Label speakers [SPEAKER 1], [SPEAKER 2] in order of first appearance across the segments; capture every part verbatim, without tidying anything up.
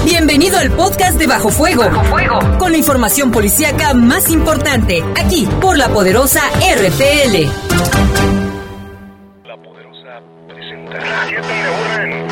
[SPEAKER 1] Bienvenido al podcast de Bajo Fuego. Bajo Fuego. Con la información policíaca más importante, aquí por La Poderosa R P L.
[SPEAKER 2] La Poderosa presenta. Siete de orden.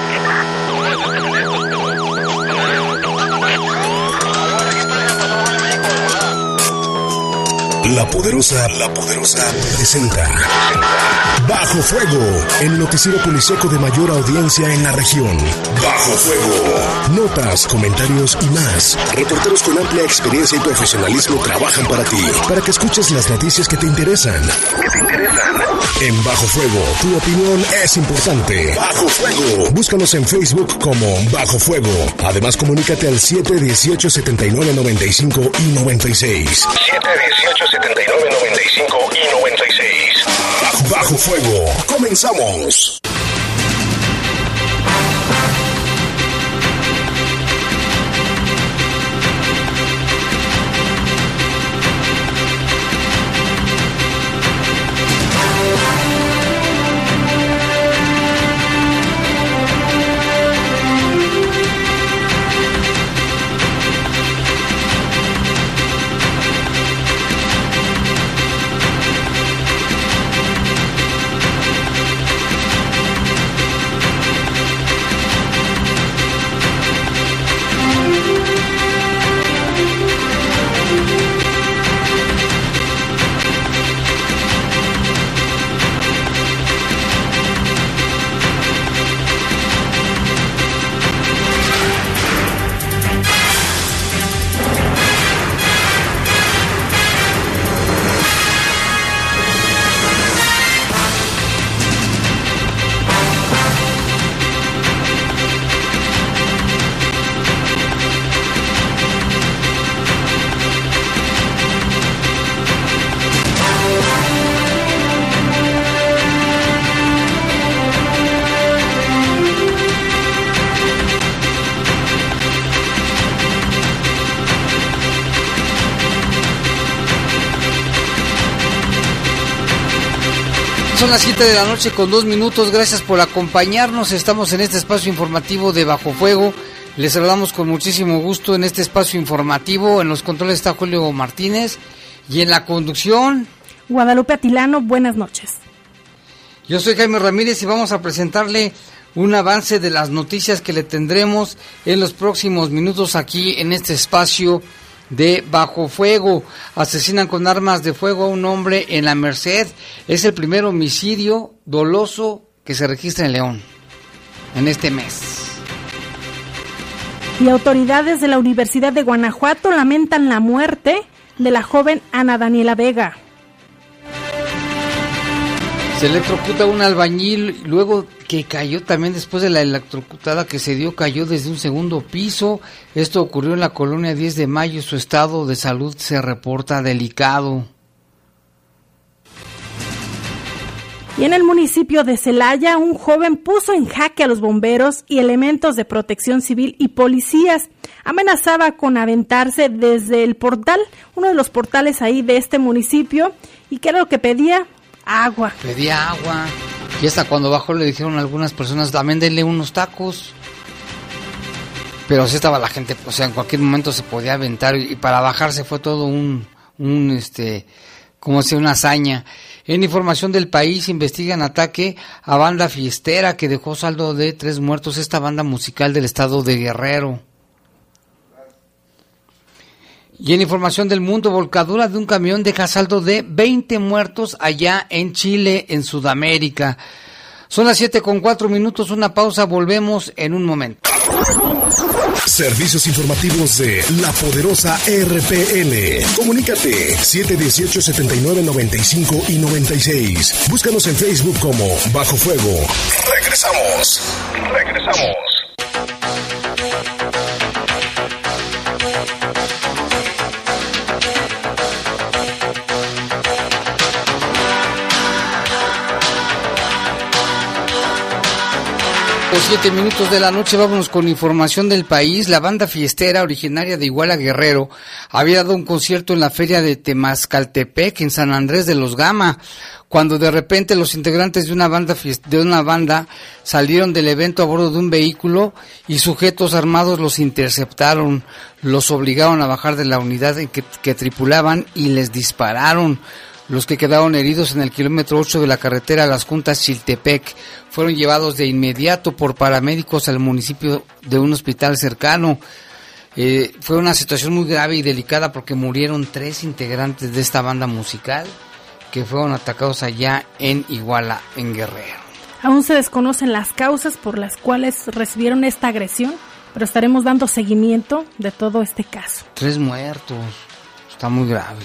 [SPEAKER 2] La Poderosa, La Poderosa presenta Bajo Fuego, el noticiero policíaco de mayor audiencia en la región. Bajo Fuego. Notas, comentarios y más. Reporteros con amplia experiencia y profesionalismo trabajan para ti, para que escuches las noticias que te interesan. Que te interesan. En Bajo Fuego, tu opinión es importante. Bajo Fuego. Búscanos en Facebook como Bajo Fuego. Además, comunícate al siete dieciocho, setenta y nueve, noventa y cinco y noventa y seis. siete dieciocho, setenta y nueve, noventa y cinco y noventa y seis. Bajo, Bajo Fuego. Comenzamos.
[SPEAKER 3] Son las siete de la noche con dos minutos, gracias por acompañarnos, estamos en este espacio informativo de Bajo Fuego, les saludamos con muchísimo gusto en este espacio informativo, en los controles está Julio Martínez y en la conducción
[SPEAKER 4] Guadalupe Atilano, buenas noches.
[SPEAKER 3] Yo soy Jaime Ramírez y vamos a presentarle un avance de las noticias que le tendremos en los próximos minutos aquí en este espacio de Bajo Fuego. Asesinan con armas de fuego a un hombre en La Merced. Es el primer homicidio doloso que se registra en León en este mes.
[SPEAKER 4] Y autoridades de la Universidad de Guanajuato lamentan la muerte de la joven Ana Daniela Vega.
[SPEAKER 3] Se electrocuta un albañil, luego que cayó también después de la electrocutada que se dio, cayó desde un segundo piso. Esto ocurrió en la colonia diez de mayo, su estado de salud se reporta delicado.
[SPEAKER 4] Y en el municipio de Celaya, un joven puso en jaque a los bomberos y elementos de protección civil y policías. Amenazaba con aventarse desde el portal, uno de los portales ahí de este municipio. ¿Y qué era lo que pedía? Agua.
[SPEAKER 3] Pedía agua. Y hasta cuando bajó le dijeron a algunas personas, también denle unos tacos. Pero así estaba la gente, o sea, en cualquier momento se podía aventar y para bajarse fue todo un, un este, como si una hazaña. En información del país, investigan ataque a banda fiestera que dejó saldo de tres muertos, esta banda musical del estado de Guerrero. Y en información del mundo, volcadura de un camión deja saldo de veinte muertos allá en Chile, en Sudamérica. Son las siete con cuatro minutos, una pausa, volvemos en un momento.
[SPEAKER 2] Servicios informativos de La Poderosa R P L. Comunícate siete dieciocho, setenta y nueve, noventa y cinco y noventa y seis. Búscanos en Facebook como Bajo Fuego. Regresamos. Regresamos.
[SPEAKER 3] Siete minutos de la noche, vámonos con información del país. La banda fiestera originaria de Iguala Guerrero había dado un concierto en la feria de Temazcaltepec en San Andrés de los Gama, cuando de repente los integrantes de una banda de una banda salieron del evento a bordo de un vehículo y sujetos armados los interceptaron, los obligaron a bajar de la unidad en que, que tripulaban y les dispararon. Los que quedaron heridos en el kilómetro ocho de la carretera Las Juntas Chiltepec fueron llevados de inmediato por paramédicos al municipio de un hospital cercano. Eh, fue una situación muy grave y delicada porque murieron tres integrantes de esta banda musical que fueron atacados allá en Iguala, en Guerrero.
[SPEAKER 4] Aún se desconocen las causas por las cuales recibieron esta agresión, pero estaremos dando seguimiento de todo este caso.
[SPEAKER 3] Tres muertos, está muy grave.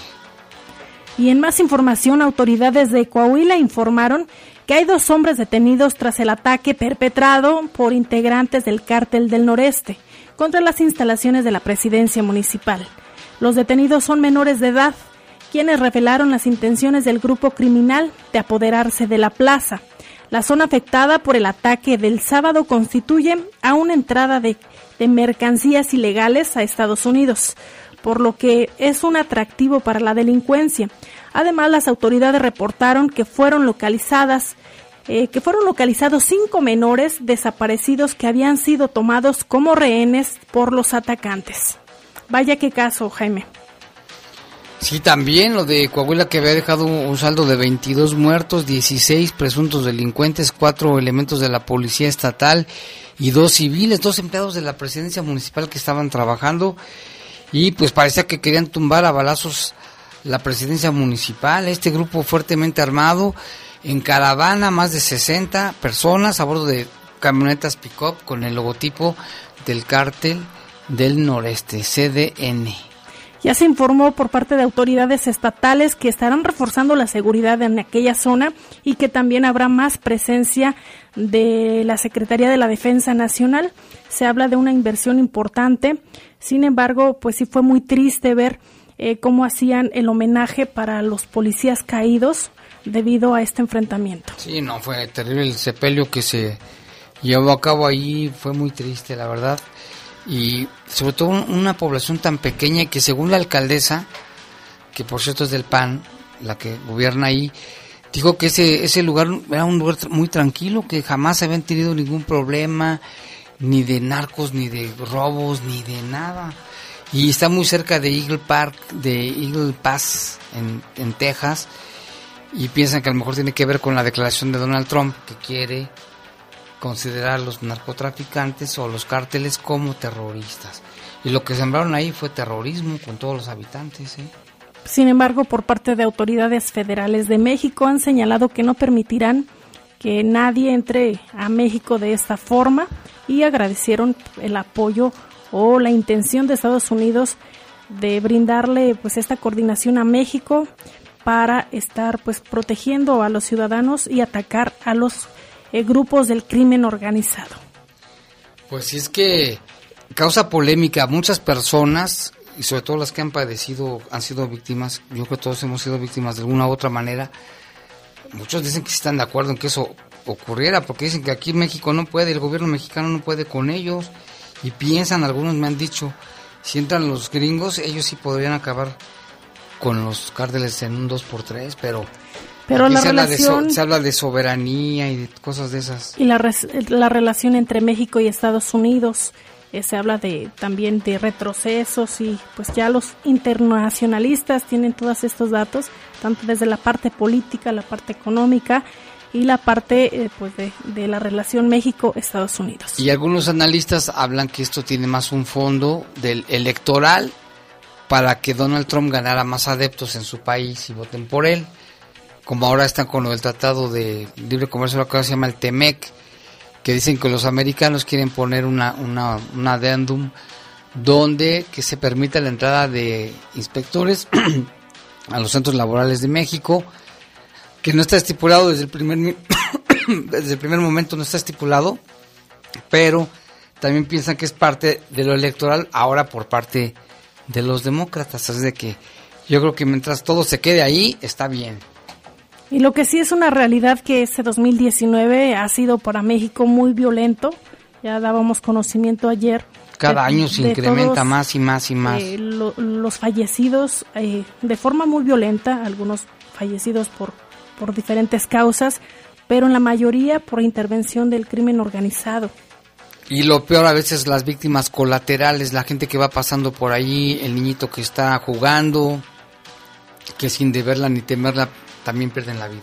[SPEAKER 4] Y en más información, autoridades de Coahuila informaron que hay dos hombres detenidos tras el ataque perpetrado por integrantes del Cártel del Noreste contra las instalaciones de la presidencia municipal. Los detenidos son menores de edad, quienes revelaron las intenciones del grupo criminal de apoderarse de la plaza. La zona afectada por el ataque del sábado constituye a una entrada de, de mercancías ilegales a Estados Unidos, por lo que es un atractivo para la delincuencia. Además, las autoridades reportaron que fueron localizadas, eh, que fueron localizados cinco menores desaparecidos que habían sido tomados como rehenes por los atacantes. Vaya qué caso, Jaime.
[SPEAKER 3] Sí, también lo de Coahuila, que había dejado un saldo de veintidós muertos, dieciséis presuntos delincuentes, cuatro elementos de la policía estatal y dos civiles, dos empleados de la presidencia municipal que estaban trabajando. Y pues parecía que querían tumbar a balazos la presidencia municipal. Este grupo fuertemente armado, en caravana, más de sesenta personas a bordo de camionetas pick-up con el logotipo del Cártel del Noreste, C D N.
[SPEAKER 4] Ya se informó por parte de autoridades estatales que estarán reforzando la seguridad en aquella zona y que también habrá más presencia de la Secretaría de la Defensa Nacional. Se habla de una inversión importante. Sin embargo, pues sí fue muy triste ver eh, cómo hacían el homenaje para los policías caídos debido a este enfrentamiento.
[SPEAKER 3] Sí, no, fue terrible el sepelio que se llevó a cabo ahí, fue muy triste, la verdad. Y sobre todo una población tan pequeña que, según la alcaldesa, que por cierto es del P A N, la que gobierna ahí, dijo que ese ese lugar era un lugar muy tranquilo, que jamás se habían tenido ningún problema, ni de narcos, ni de robos, ni de nada. Y está muy cerca de Eagle Park, de Eagle Pass, en, en Texas, y piensan que a lo mejor tiene que ver con la declaración de Donald Trump, que quiere considerar a los narcotraficantes o los cárteles como terroristas. Y lo que sembraron ahí fue terrorismo con todos los habitantes, ¿eh?
[SPEAKER 4] Sin embargo, por parte de autoridades federales de México han señalado que no permitirán que nadie entre a México de esta forma y agradecieron el apoyo o la intención de Estados Unidos de brindarle pues esta coordinación a México para estar pues protegiendo a los ciudadanos y atacar a los eh, grupos del crimen organizado.
[SPEAKER 3] Pues sí, es que causa polémica. Muchas personas, y sobre todo las que han padecido, han sido víctimas, yo creo que todos hemos sido víctimas de alguna u otra manera. Muchos dicen que están de acuerdo en que eso ocurriera, porque dicen que aquí México no puede, el gobierno mexicano no puede con ellos, y piensan, algunos me han dicho, si entran los gringos, ellos sí podrían acabar con los cárteles en un dos por tres, pero,
[SPEAKER 4] pero la
[SPEAKER 3] se,
[SPEAKER 4] relación,
[SPEAKER 3] habla de so, se habla de soberanía y de cosas de esas.
[SPEAKER 4] Y la, res, la relación entre México y Estados Unidos, eh, se habla de también de retrocesos, y pues ya los internacionalistas tienen todos estos datos, tanto desde la parte política, la parte económica y la parte eh, pues de, de la relación México-Estados Unidos.
[SPEAKER 3] Y algunos analistas hablan que esto tiene más un fondo del electoral para que Donald Trump ganara más adeptos en su país y voten por él, como ahora están con lo del Tratado de Libre Comercio, lo que se llama el T M E C, que dicen que los americanos quieren poner una, una, un adendum donde que se permita la entrada de inspectores a los centros laborales de México, que no está estipulado desde el primer desde el primer momento, no está estipulado, pero también piensan que es parte de lo electoral ahora por parte de los demócratas, así de que yo creo que mientras todo se quede ahí, está bien.
[SPEAKER 4] Y lo que sí es una realidad que este dos mil diecinueve ha sido para México muy violento. Ya dábamos conocimiento ayer.
[SPEAKER 3] Cada
[SPEAKER 4] de,
[SPEAKER 3] año se incrementa todos, más y más y más.
[SPEAKER 4] Eh, lo, los fallecidos eh, de forma muy violenta, algunos fallecidos por, por diferentes causas, pero en la mayoría por intervención del crimen organizado.
[SPEAKER 3] Y lo peor a veces las víctimas colaterales, la gente que va pasando por ahí, el niñito que está jugando, que sin deberla ni temerla también pierden la vida.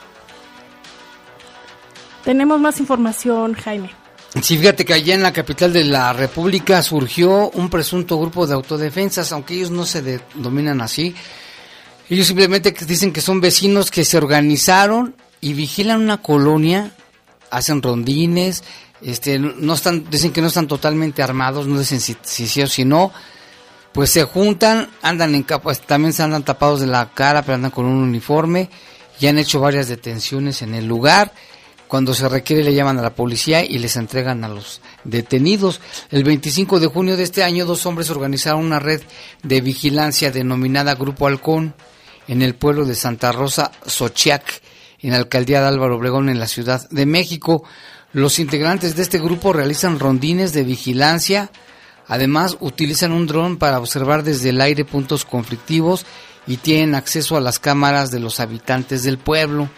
[SPEAKER 4] Tenemos más información, Jaime.
[SPEAKER 3] Sí, fíjate que allá en la capital de la República surgió un presunto grupo de autodefensas, aunque ellos no se denominan así. Ellos simplemente dicen que son vecinos que se organizaron y vigilan una colonia, hacen rondines, este, no están, dicen que no están totalmente armados, no dicen si, si sí o si no, pues se juntan, andan en capas, también se andan tapados de la cara, pero andan con un uniforme, y han hecho varias detenciones en el lugar. Cuando se requiere le llaman a la policía y les entregan a los detenidos. El veinticinco de junio de este año, dos hombres organizaron una red de vigilancia denominada Grupo Halcón en el pueblo de Santa Rosa, Xochiac, en la alcaldía de Álvaro Obregón, en la Ciudad de México. Los integrantes de este grupo realizan rondines de vigilancia. Además, utilizan un dron para observar desde el aire puntos conflictivos y tienen acceso a las cámaras de los habitantes del pueblo.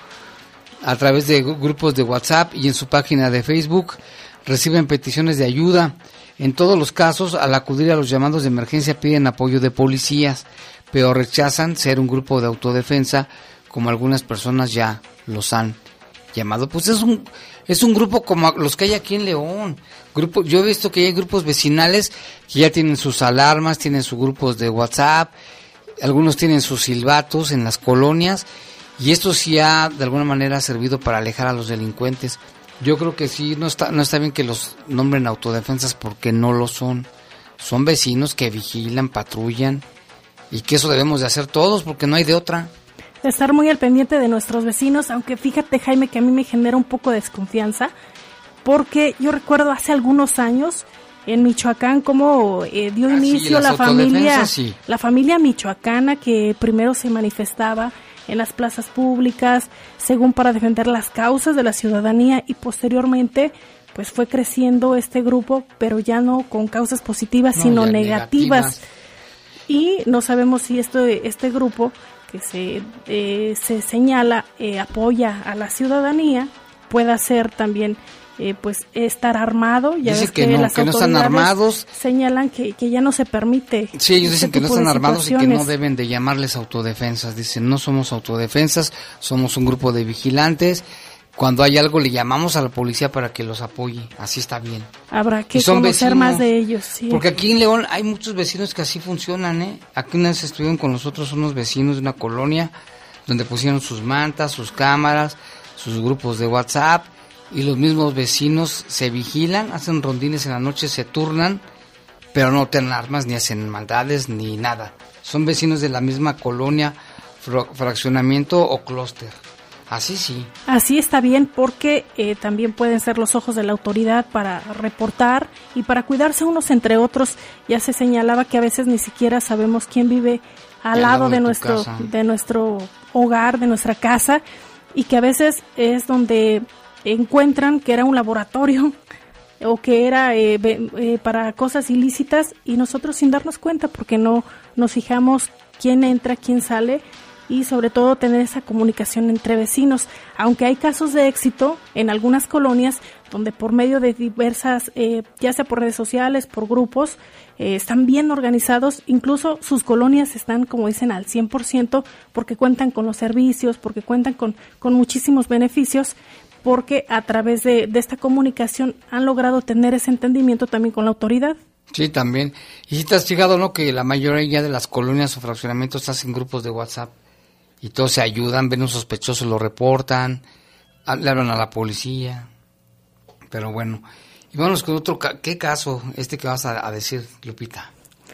[SPEAKER 3] A través de grupos de WhatsApp y en su página de Facebook reciben peticiones de ayuda. En todos los casos, al acudir a los llamados de emergencia piden apoyo de policías, pero rechazan ser un grupo de autodefensa, como algunas personas ya los han llamado. Pues es un es un grupo como los que hay aquí en León. Grupo, yo he visto que hay grupos vecinales que ya tienen sus alarmas, tienen sus grupos de WhatsApp, algunos tienen sus silbatos en las colonias, y esto sí ha de alguna manera servido para alejar a los delincuentes. Yo creo que sí, no está no está bien que los nombren autodefensas porque no lo son. Son vecinos que vigilan, patrullan, y que eso debemos de hacer todos porque no hay de otra.
[SPEAKER 4] De estar muy al pendiente de nuestros vecinos, aunque fíjate, Jaime, que a mí me genera un poco de desconfianza, porque yo recuerdo hace algunos años en Michoacán cómo eh, dio ah, inicio sí, la familia sí. la familia michoacana, que primero se manifestaba en las plazas públicas, según para defender las causas de la ciudadanía, y posteriormente pues fue creciendo este grupo, pero ya no con causas positivas, no, sino negativas. negativas. Y no sabemos si esto, este grupo que se eh, se señala eh, apoya a la ciudadanía pueda ser también eh, pues estar armado. Ya
[SPEAKER 3] Dice
[SPEAKER 4] ves
[SPEAKER 3] que,
[SPEAKER 4] que
[SPEAKER 3] no,
[SPEAKER 4] las
[SPEAKER 3] que no están armados.
[SPEAKER 4] Señalan que, que ya no se permite.
[SPEAKER 3] Sí, ellos dicen que no están armados y que no deben de llamarles autodefensas. Dicen, no somos autodefensas, somos un grupo de vigilantes. Cuando hay algo le llamamos a la policía para que los apoye. Así está bien.
[SPEAKER 4] Habrá que conocer vecinos, más de ellos. Sí.
[SPEAKER 3] Porque aquí en León hay muchos vecinos que así funcionan, ¿eh? Aquí una vez estuvieron con nosotros unos vecinos de una colonia donde pusieron sus mantas, sus cámaras, sus grupos de WhatsApp, y los mismos vecinos se vigilan, hacen rondines en la noche, se turnan, pero no tienen armas, ni hacen maldades, ni nada. Son vecinos de la misma colonia, fraccionamiento o clúster. Así sí.
[SPEAKER 4] Así está bien, porque eh, también pueden ser los ojos de la autoridad para reportar y para cuidarse unos entre otros. Ya se señalaba que a veces ni siquiera sabemos quién vive al lado, lado de, de nuestro casa. de nuestro hogar, de nuestra casa, y que a veces es donde encuentran que era un laboratorio o que era eh, eh, para cosas ilícitas, y nosotros sin darnos cuenta porque no nos fijamos quién entra, quién sale, y sobre todo tener esa comunicación entre vecinos. Aunque hay casos de éxito en algunas colonias donde por medio de diversas, eh, ya sea por redes sociales, por grupos, eh, están bien organizados, incluso sus colonias están, como dicen, al cien por ciento, porque cuentan con los servicios, porque cuentan con, con muchísimos beneficios, porque a través de, de esta comunicación han logrado tener ese entendimiento también con la autoridad.
[SPEAKER 3] Sí, también. Y si te has fijado, ¿no?, que la mayoría de las colonias o fraccionamientos hacen grupos de WhatsApp y todos se ayudan, ven un sospechoso, lo reportan, le hablan a la policía. Pero bueno, y vamos con otro, ca- ¿qué caso este que vas a, a decir, Lupita?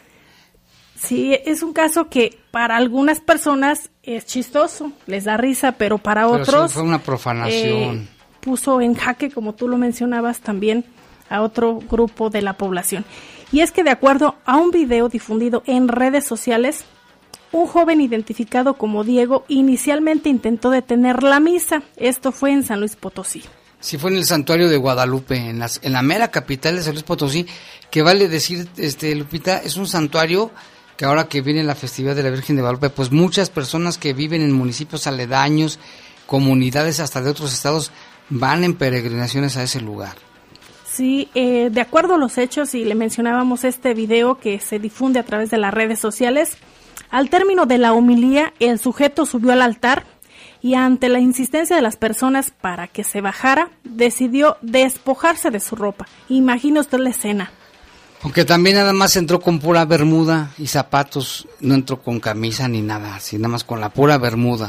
[SPEAKER 4] Sí, es un caso que para algunas personas es chistoso, les da risa, pero para pero otros...
[SPEAKER 3] Sí, fue una profanación.
[SPEAKER 4] Eh, puso en jaque, como tú lo mencionabas, también a otro grupo de la población. Y es que de acuerdo a un video difundido en redes sociales, Un joven identificado como Diego inicialmente intentó detener la misa. Esto fue en San Luis Potosí.
[SPEAKER 3] Sí, fue en el santuario de Guadalupe, en, las, en la mera capital de San Luis Potosí, que vale decir, este Lupita, es un santuario que ahora que viene la festividad de la Virgen de Guadalupe, pues muchas personas que viven en municipios aledaños, comunidades hasta de otros estados, van en peregrinaciones a ese lugar.
[SPEAKER 4] Sí, eh, de acuerdo a los hechos, y le mencionábamos este video que se difunde a través de las redes sociales, al término de la homilía, el sujeto subió al altar y ante la insistencia de las personas para que se bajara, decidió despojarse de su ropa. Imagine usted la escena.
[SPEAKER 3] Aunque también nada más entró con pura bermuda y zapatos, no entró con camisa ni nada, así nada más con la pura bermuda.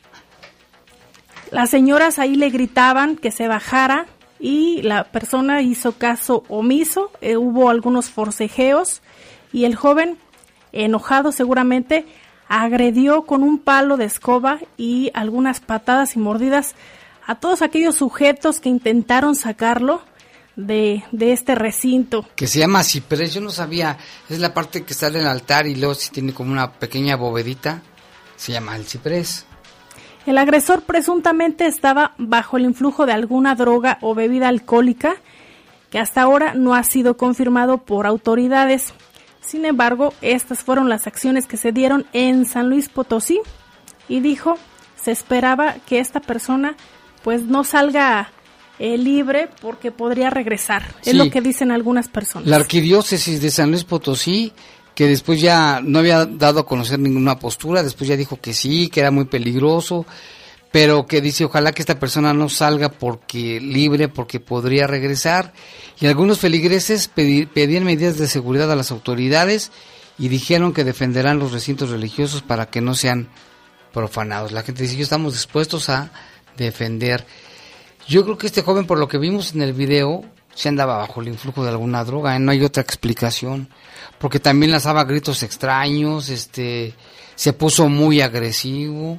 [SPEAKER 4] Las señoras ahí le gritaban que se bajara y la persona hizo caso omiso, eh, hubo algunos forcejeos y el joven, enojado seguramente, agredió con un palo de escoba y algunas patadas y mordidas a todos aquellos sujetos que intentaron sacarlo de, de este recinto.
[SPEAKER 3] Que se llama ciprés, yo no sabía, es la parte que está en el altar y luego si tiene como una pequeña bovedita, se llama el ciprés.
[SPEAKER 4] El agresor presuntamente estaba bajo el influjo de alguna droga o bebida alcohólica que hasta ahora no ha sido confirmado por autoridades. Sin embargo, estas fueron las acciones que se dieron en San Luis Potosí y dijo, se esperaba que esta persona pues no salga eh, libre porque podría regresar, sí. Es lo que dicen algunas personas.
[SPEAKER 3] La arquidiócesis de San Luis Potosí, que después ya no había dado a conocer ninguna postura, después ya dijo que sí, que era muy peligroso, pero que dice ojalá que esta persona no salga porque libre, porque podría regresar. Y algunos feligreses pedi- pedían medidas de seguridad a las autoridades y dijeron que defenderán los recintos religiosos para que no sean profanados. La gente dice, yo estamos dispuestos a defender. Yo creo que este joven, por lo que vimos en el video, se andaba bajo el influjo de alguna droga, ¿eh? No hay otra explicación, porque también lanzaba gritos extraños, este, se puso muy agresivo,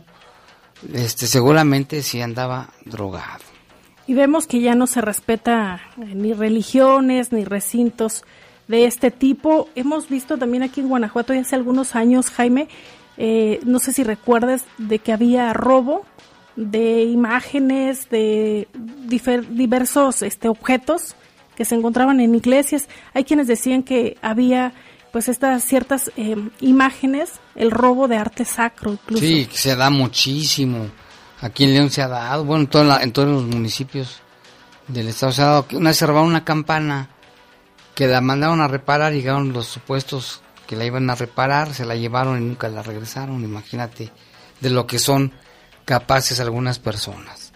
[SPEAKER 3] este, seguramente sí andaba drogado.
[SPEAKER 4] Y vemos que ya no se respeta ni religiones ni recintos de este tipo. Hemos visto también aquí en Guanajuato ya hace algunos años, Jaime, eh, no sé si recuerdas de que había robo de imágenes, de difer- diversos este, objetos que se encontraban en iglesias. Hay quienes decían que había pues estas ciertas eh, imágenes, el robo de arte sacro incluso.
[SPEAKER 3] Sí, que se da muchísimo. Aquí en León se ha dado, bueno, en, toda la, en todos los municipios del estado se ha dado. Una vez se robaron una campana que la mandaron a reparar, llegaron los supuestos que la iban a reparar, se la llevaron y nunca la regresaron. Imagínate de lo que son capaces algunas personas.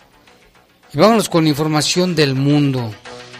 [SPEAKER 3] Y vámonos con información del mundo.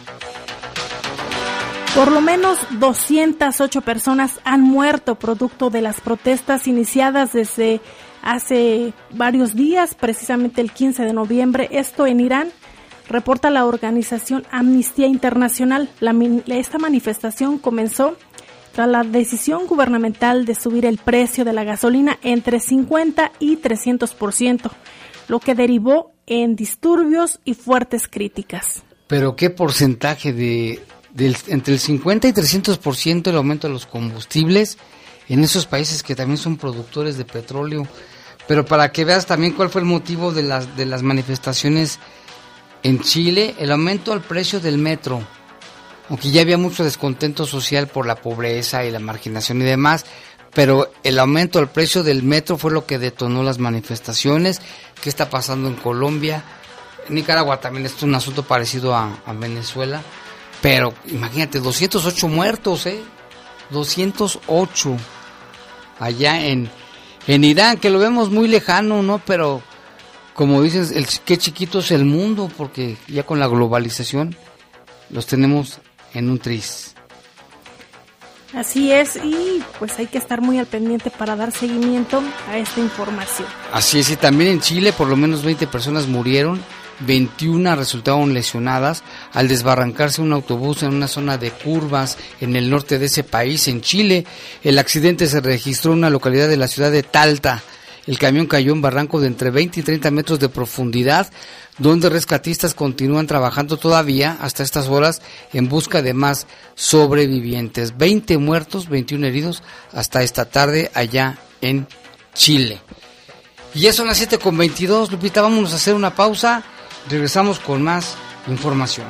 [SPEAKER 4] Por lo menos doscientas ocho personas han muerto producto de las protestas iniciadas desde hace varios días, precisamente el quince de noviembre, esto en Irán, reporta la organización Amnistía Internacional. La, esta manifestación comenzó tras la decisión gubernamental de subir el precio de la gasolina entre cincuenta y trescientos por ciento, lo que derivó en disturbios y fuertes críticas.
[SPEAKER 3] ¿Pero qué porcentaje de, de entre el cincuenta y trescientos por ciento el aumento de los combustibles en esos países que también son productores de petróleo? Pero para que veas también cuál fue el motivo de las de las manifestaciones en Chile, el aumento al precio del metro. Aunque ya había mucho descontento social por la pobreza y la marginación y demás, pero el aumento al precio del metro fue lo que detonó las manifestaciones. ¿Qué está pasando en Colombia? En Nicaragua también es un asunto parecido a, a Venezuela, pero imagínate, doscientos ocho muertos, ¿eh? doscientos ocho allá en, en Irán, que lo vemos muy lejano, ¿no? Pero como dices, el, qué chiquito es el mundo, porque ya con la globalización los tenemos en un tris.
[SPEAKER 4] Así es, y pues hay que estar muy al pendiente para dar seguimiento a esta información.
[SPEAKER 3] Así es, y también en Chile por lo menos veinte personas murieron, veintiuna resultaron lesionadas al desbarrancarse un autobús en una zona de curvas en el norte de ese país. En Chile, el accidente se registró en una localidad de la ciudad de Talta. El camión cayó en barranco de entre veinte y treinta metros de profundidad, donde rescatistas continúan trabajando todavía hasta estas horas en busca de más sobrevivientes. veinte muertos, veintiún heridos hasta esta tarde allá en Chile. Y ya son las siete con veintidós, Lupita, vámonos a hacer una pausa, regresamos con más información.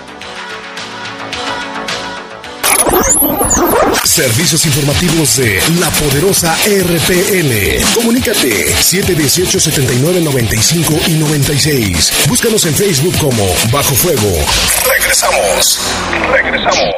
[SPEAKER 2] Servicios informativos de La Poderosa R P L. Comunícate siete uno ocho, setenta y nueve, noventa y cinco y noventa y seis. Búscanos en Facebook como Bajo Fuego. Regresamos. Regresamos.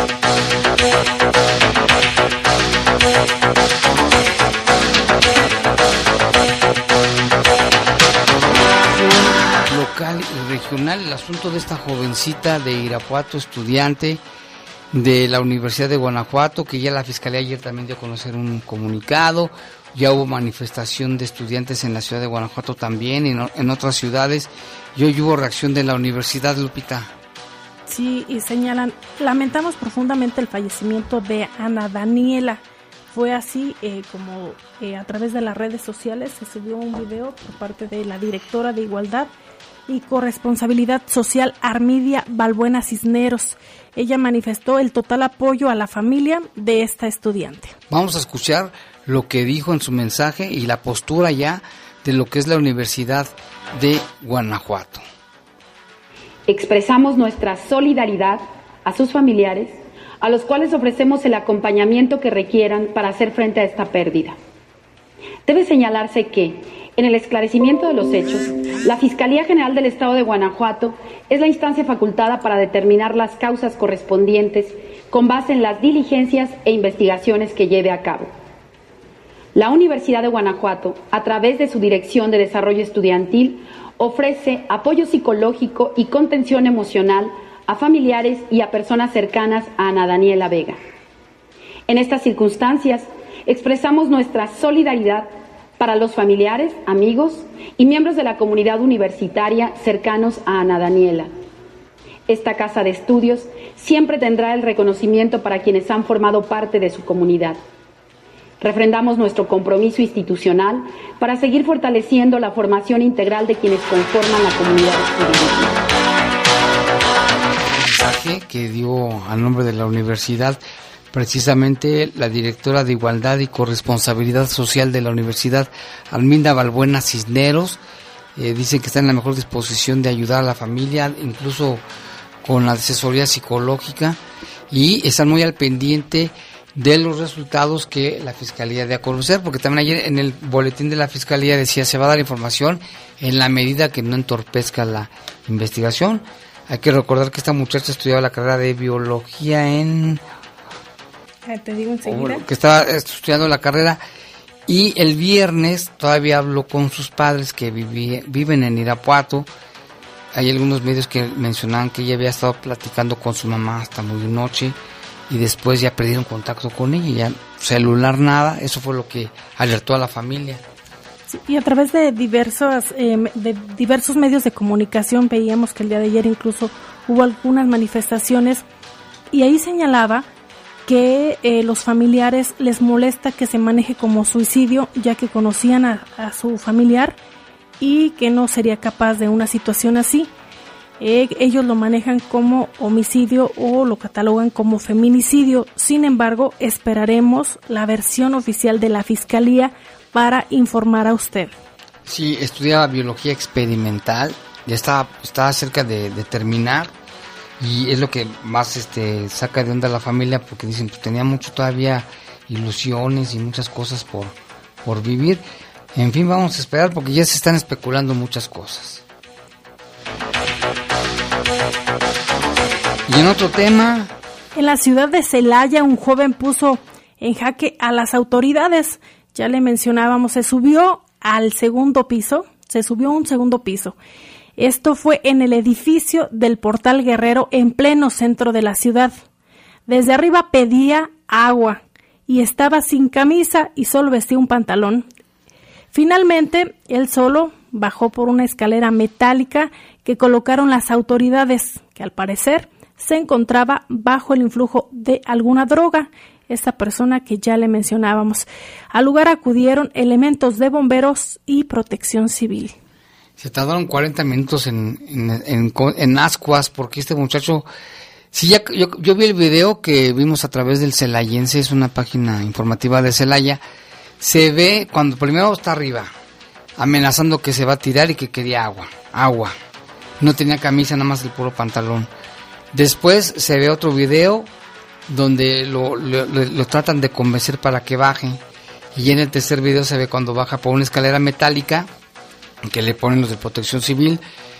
[SPEAKER 3] Local y regional, el asunto de esta jovencita de Irapuato, estudiante de la Universidad de Guanajuato, que ya la Fiscalía ayer también dio a conocer un comunicado. Ya hubo manifestación de estudiantes en la ciudad de Guanajuato también, en, en otras ciudades, y hoy hubo reacción de la universidad, Lupita.
[SPEAKER 4] Sí, y señalan, lamentamos profundamente el fallecimiento de Ana Daniela. Fue así eh, como eh, a través de las redes sociales se subió un video por parte de la directora de Igualdad y Corresponsabilidad Social, Armidia Balbuena Cisneros. Ella manifestó el total apoyo a la familia de esta estudiante.
[SPEAKER 3] Vamos a escuchar lo que dijo en su mensaje y la postura ya de lo que es la Universidad de Guanajuato.
[SPEAKER 5] Expresamos nuestra solidaridad a sus familiares, a los cuales ofrecemos el acompañamiento que requieran para hacer frente a esta pérdida. Debe señalarse que, en el esclarecimiento de los hechos, la Fiscalía General del Estado de Guanajuato es la instancia facultada para determinar las causas correspondientes con base en las diligencias e investigaciones que lleve a cabo. La Universidad de Guanajuato, a través de su Dirección de Desarrollo Estudiantil, ofrece apoyo psicológico y contención emocional a familiares y a personas cercanas a Ana Daniela Vega. En estas circunstancias, expresamos nuestra solidaridad para los familiares, amigos y miembros de la comunidad universitaria cercanos a Ana Daniela. Esta casa de estudios siempre tendrá el reconocimiento para quienes han formado parte de su comunidad. Refrendamos nuestro compromiso institucional para seguir fortaleciendo la formación integral de quienes conforman la comunidad estudiantil.
[SPEAKER 3] El mensaje que dio a nombre de la universidad precisamente la directora de Igualdad y Corresponsabilidad Social de la Universidad, Arminda Balbuena Cisneros, eh, dicen que está en la mejor disposición de ayudar a la familia, incluso con la asesoría psicológica, y están muy al pendiente de los resultados que la Fiscalía dé a conocer, porque también ayer en el boletín de la Fiscalía decía se va a dar información en la medida que no entorpezca la investigación. Hay que recordar que esta muchacha estudiaba la carrera de Biología en...
[SPEAKER 4] Te digo enseguida.
[SPEAKER 3] Que estaba estudiando la carrera, y el viernes todavía habló con sus padres que viví, viven en Irapuato. Hay algunos medios que mencionaban que ella había estado platicando con su mamá hasta muy noche y después ya perdieron contacto con ella, ya celular nada. Eso fue lo que alertó a la familia.
[SPEAKER 4] Sí, y a través de diversos, eh, de diversos medios de comunicación veíamos que el día de ayer incluso hubo algunas manifestaciones y ahí señalaba que eh, los familiares les molesta que se maneje como suicidio, ya que conocían a, a su familiar y que no sería capaz de una situación así. Eh, ellos lo manejan como homicidio o lo catalogan como feminicidio. Sin embargo, esperaremos la versión oficial de la Fiscalía para informar a usted.
[SPEAKER 3] Sí, estudiaba biología experimental, ya estaba, estaba cerca de, de terminar. Y es lo que más este saca de onda a la familia, porque dicen que tenía mucho todavía ilusiones y muchas cosas por, por vivir. En fin, vamos a esperar porque ya se están especulando muchas cosas. Y en otro tema...
[SPEAKER 4] En la ciudad de Celaya, un joven puso en jaque a las autoridades. Ya le mencionábamos, se subió al segundo piso, se subió a un segundo piso. Esto fue en el edificio del Portal Guerrero en pleno centro de la ciudad. Desde arriba pedía agua y estaba sin camisa y solo vestía un pantalón. Finalmente, él solo bajó por una escalera metálica que colocaron las autoridades, que al parecer se encontraba bajo el influjo de alguna droga. Esta persona que ya le mencionábamos. Al lugar acudieron elementos de bomberos y protección civil.
[SPEAKER 3] Se tardaron cuarenta minutos en, en, en, en ascuas, porque este muchacho, sí, ya, yo, yo vi el video que vimos a través del Celayense, es una página informativa de Celaya. se ve cuando primero está arriba, amenazando que se va a tirar y que quería agua, agua. No tenía camisa, nada más el puro pantalón. Después se ve otro video donde lo, lo, lo, lo tratan de convencer para que baje. Y en el tercer video se ve cuando baja por una escalera metálica que le ponen los de Protección Civil.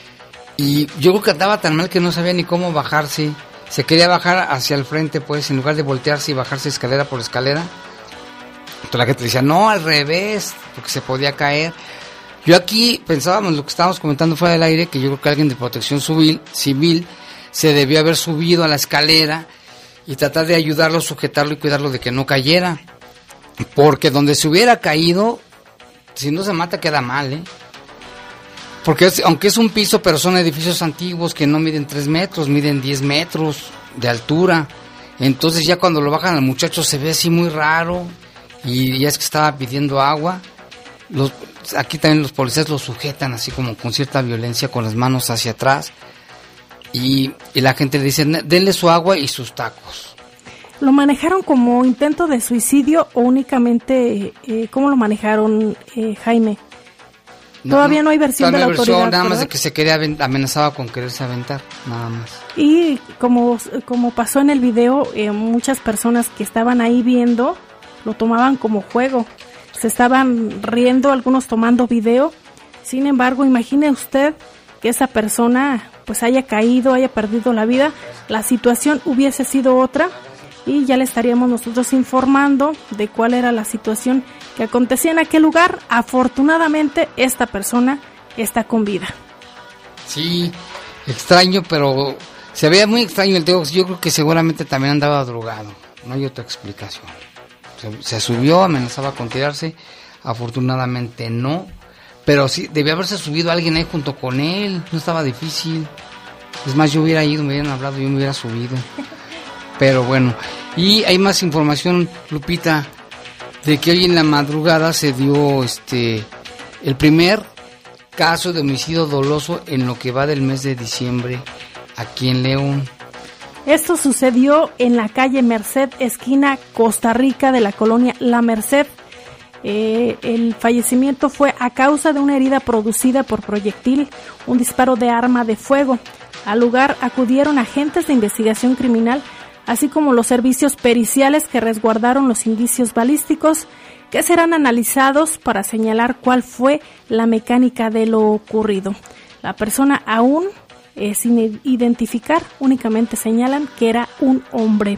[SPEAKER 3] Y yo creo que andaba tan mal que no sabía ni cómo bajarse. Se quería bajar hacia el frente, pues, en lugar de voltearse y bajarse escalera por escalera. Entonces la gente decía, no, al revés, porque se podía caer. Yo aquí pensábamos, lo que estábamos comentando fuera del aire, que yo creo que alguien de Protección Civil, civil se debió haber subido a la escalera y tratar de ayudarlo, sujetarlo y cuidarlo de que no cayera. Porque donde se hubiera caído, si no se mata queda mal, ¿eh? Porque es, aunque es un piso, pero son edificios antiguos que no miden tres metros, miden diez metros de altura. Entonces ya cuando lo bajan al muchacho se ve así muy raro y ya es que estaba pidiendo agua. Los, aquí también los policías lo sujetan así como con cierta violencia, con las manos hacia atrás. Y, y la gente le dice, denle su agua y sus tacos.
[SPEAKER 4] ¿Lo manejaron como intento de suicidio o únicamente, eh, cómo lo manejaron, eh, Jaime? Todavía no, no hay versión de la versión, autoridad,
[SPEAKER 3] nada
[SPEAKER 4] ¿verdad?
[SPEAKER 3] Más de que se quería amenazaba con quererse aventar, nada más.
[SPEAKER 4] Y como, como pasó en el video, eh, muchas personas que estaban ahí viendo lo tomaban como juego. Se estaban riendo, algunos tomando video. Sin embargo, imagine usted que esa persona pues haya caído, haya perdido la vida. La situación hubiese sido otra y ya le estaríamos nosotros informando de cuál era la situación que acontecía en aquel lugar. Afortunadamente, esta persona está con vida.
[SPEAKER 3] Sí, extraño, pero se veía muy extraño el dedo. Yo creo que seguramente también andaba drogado. No hay otra explicación. Se, se subió, amenazaba con tirarse. Afortunadamente no. Pero sí, debía haberse subido alguien ahí junto con él. No estaba difícil. Es más, yo hubiera ido, me hubieran hablado, yo me hubiera subido. Pero bueno, y hay más información, Lupita, de que hoy en la madrugada se dio este el primer caso de homicidio doloso en lo que va del mes de diciembre aquí en León.
[SPEAKER 4] Esto sucedió en la calle Merced, esquina Costa Rica de la colonia La Merced. Eh, el fallecimiento fue a causa de una herida producida por proyectil, un disparo de arma de fuego. Al lugar acudieron agentes de investigación criminal, así como los servicios periciales que resguardaron los indicios balísticos que serán analizados para señalar cuál fue la mecánica de lo ocurrido. La persona aún eh, sin identificar, únicamente señalan que era un hombre.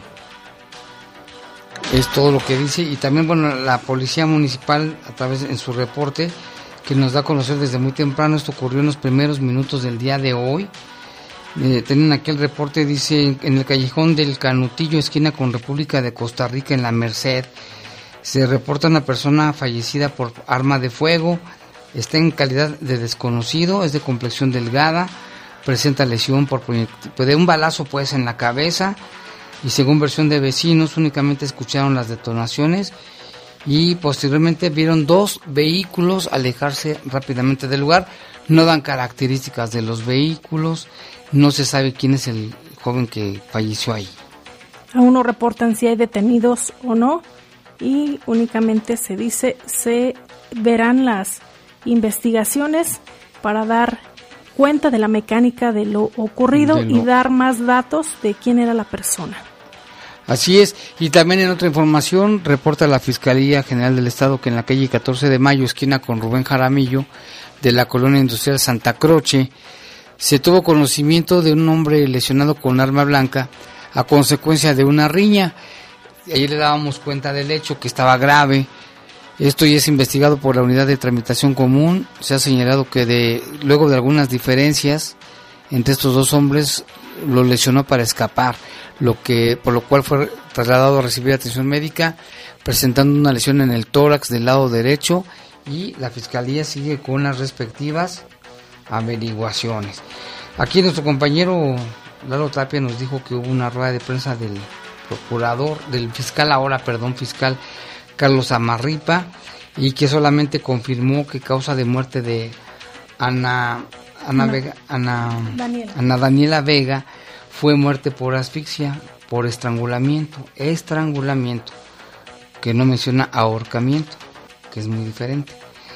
[SPEAKER 3] Es todo lo que dice. Y también, bueno, la policía municipal, a través en su reporte, que nos da a conocer desde muy temprano, esto ocurrió en los primeros minutos del día de hoy. Eh, tienen aquí el reporte, dice, en el callejón del Canutillo, esquina con República de Costa Rica, en La Merced, se reporta una persona fallecida por arma de fuego. Está en calidad de desconocido, es de complexión delgada, presenta lesión por de un balazo pues en la cabeza, y según versión de vecinos únicamente escucharon las detonaciones y posteriormente vieron dos vehículos alejarse rápidamente del lugar. No dan características de los vehículos, no se sabe quién es el joven que falleció ahí.
[SPEAKER 4] Aún no reportan si hay detenidos o no, y únicamente se dice se verán las investigaciones para dar cuenta de la mecánica de lo ocurrido de lo... y dar más datos de quién era la persona.
[SPEAKER 3] Así es, y también en otra información reporta la Fiscalía General del Estado que en la calle catorce de mayo, esquina con Rubén Jaramillo, de la colonia industrial Santa Croce, se tuvo conocimiento de un hombre lesionado con arma blanca a consecuencia de una riña. Ayer le dábamos cuenta del hecho, que estaba grave. Esto ya es investigado por la Unidad de Tramitación Común. Se ha señalado que de luego de algunas diferencias entre estos dos hombres, lo lesionó para escapar, lo que por lo cual fue trasladado a recibir atención médica, presentando una lesión en el tórax del lado derecho, y la Fiscalía sigue con las respectivas averiguaciones. Aquí nuestro compañero Lalo Tapia nos dijo que hubo una rueda de prensa del procurador, del fiscal ahora, perdón, fiscal Carlos Amarripa, y que solamente confirmó que causa de muerte de Ana Ana, Ana, Vega, Ana, Daniela. Ana Daniela Vega fue muerte por asfixia, por estrangulamiento, estrangulamiento, que no menciona ahorcamiento. que es muy diferente.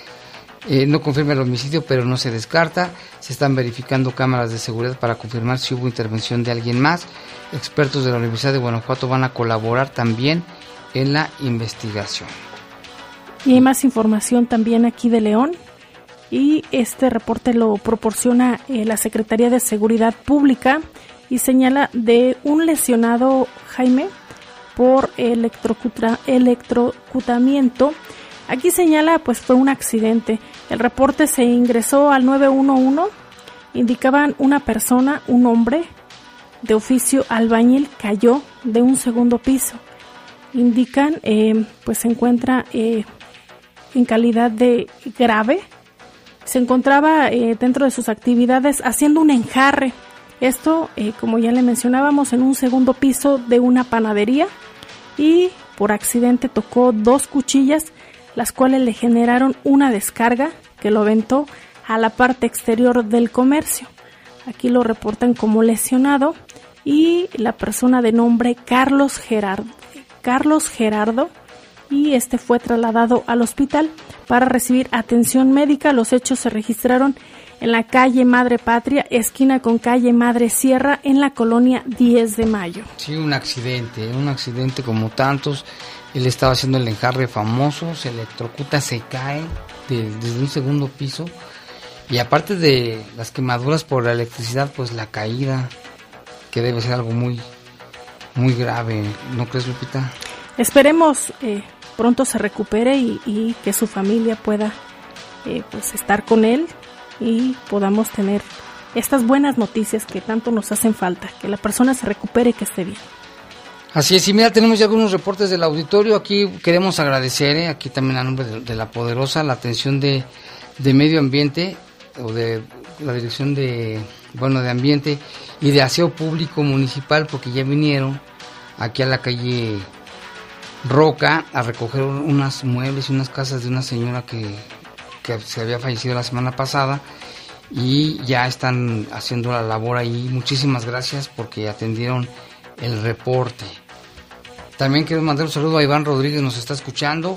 [SPEAKER 3] Eh, no confirma el homicidio, pero no se descarta. Se están verificando cámaras de seguridad para confirmar si hubo intervención de alguien más. Expertos de la Universidad de Guanajuato van a colaborar también en la investigación.
[SPEAKER 4] Y hay más información también aquí de León. Y este reporte lo proporciona eh, la Secretaría de Seguridad Pública y señala de un lesionado, Jaime, por electrocuta, electrocutamiento. Aquí señala, pues fue un accidente. El reporte se ingresó al nueve uno uno. Indicaban una persona, un hombre de oficio albañil, cayó de un segundo piso. Indican, eh, pues se encuentra eh, en calidad de grave. Se encontraba eh, dentro de sus actividades haciendo un enjarre. Esto, eh, como ya le mencionábamos, en un segundo piso de una panadería. Y por accidente tocó dos cuchillas, las cuales le generaron una descarga que lo aventó a la parte exterior del comercio. Aquí lo reportan como lesionado y la persona de nombre Carlos Gerardo, Carlos Gerardo y este fue trasladado al hospital para recibir atención médica. Los hechos se registraron en la calle Madre Patria, esquina con calle Madre Sierra, en la colonia diez de mayo.
[SPEAKER 3] Sí, un accidente, un accidente como tantos. Él estaba haciendo el enjarre famoso, se electrocuta, se cae de, desde un segundo piso. Y aparte de las quemaduras por la electricidad, pues la caída, que debe ser algo muy, muy grave. ¿No crees, Lupita?
[SPEAKER 4] Esperemos eh, pronto se recupere y, y que su familia pueda eh, pues estar con él y podamos tener estas buenas noticias que tanto nos hacen falta, que la persona se recupere y que esté bien.
[SPEAKER 3] Así es, y mira, tenemos ya algunos reportes del auditorio. Aquí queremos agradecer, eh, aquí también a nombre de, de La Poderosa, la atención de, de Medio Ambiente, o de la Dirección de, bueno, de Ambiente y de Aseo Público Municipal, porque ya vinieron aquí a la calle Roca a recoger unas muebles y unas casas de una señora que, que se había fallecido la semana pasada, y ya están haciendo la labor ahí. Muchísimas gracias porque atendieron el reporte. También quiero mandar un saludo a Iván Rodríguez, nos está escuchando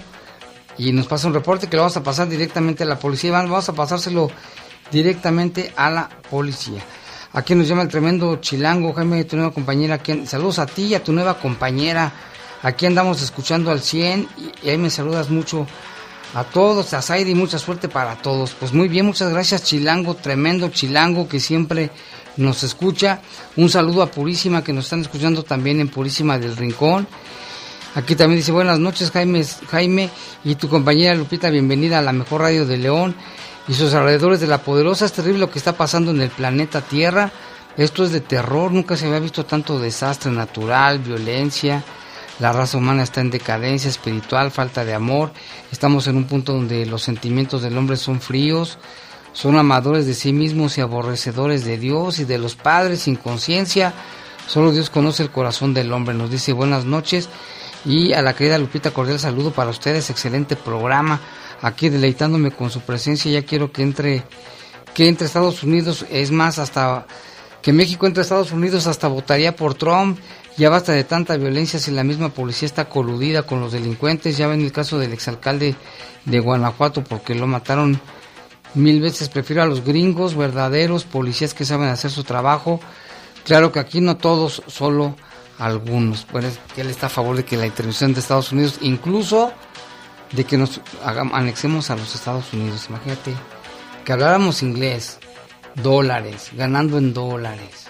[SPEAKER 3] y nos pasa un reporte que lo vamos a pasar directamente a la policía. Iván, vamos a pasárselo directamente a la policía. Aquí nos llama el tremendo Chilango, Jaime, tu nueva compañera. Aquí, saludos a ti y a tu nueva compañera. Aquí andamos escuchando al cien y, y ahí me saludas mucho a todos, a Zaidi, y mucha suerte para todos. Pues muy bien, muchas gracias, Chilango, tremendo Chilango que siempre nos escucha. Un saludo a Purísima, que nos están escuchando también en Purísima del Rincón. Aquí también dice, buenas noches, Jaime, Jaime y tu compañera Lupita, bienvenida a la mejor radio de León y sus alrededores de La Poderosa. Es terrible lo que está pasando en el planeta Tierra. Esto es de terror, nunca se había visto tanto desastre natural, violencia. La raza humana está en decadencia espiritual, falta de amor. Estamos en un punto donde los sentimientos del hombre son fríos, son amadores de sí mismos y aborrecedores de Dios y de los padres sin conciencia. Solo Dios conoce el corazón del hombre. Nos dice buenas noches. Y a la querida Lupita, cordial saludo para ustedes, excelente programa, aquí deleitándome con su presencia. Ya quiero que entre, que entre Estados Unidos, es más, hasta que México entre Estados Unidos, hasta votaría por Trump. Ya basta de tanta violencia si la misma policía está coludida con los delincuentes. Ya ven el caso del exalcalde de Guanajuato, porque lo mataron mil veces. Prefiero a los gringos, verdaderos policías que saben hacer su trabajo. Claro que aquí no todos, solo algunos. Bueno, él está a favor de que la intervención de Estados Unidos, incluso de que nos hagamos, anexemos a los Estados Unidos. Imagínate que habláramos inglés, dólares, ganando en dólares,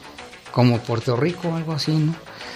[SPEAKER 3] como Puerto Rico, algo así, ¿no?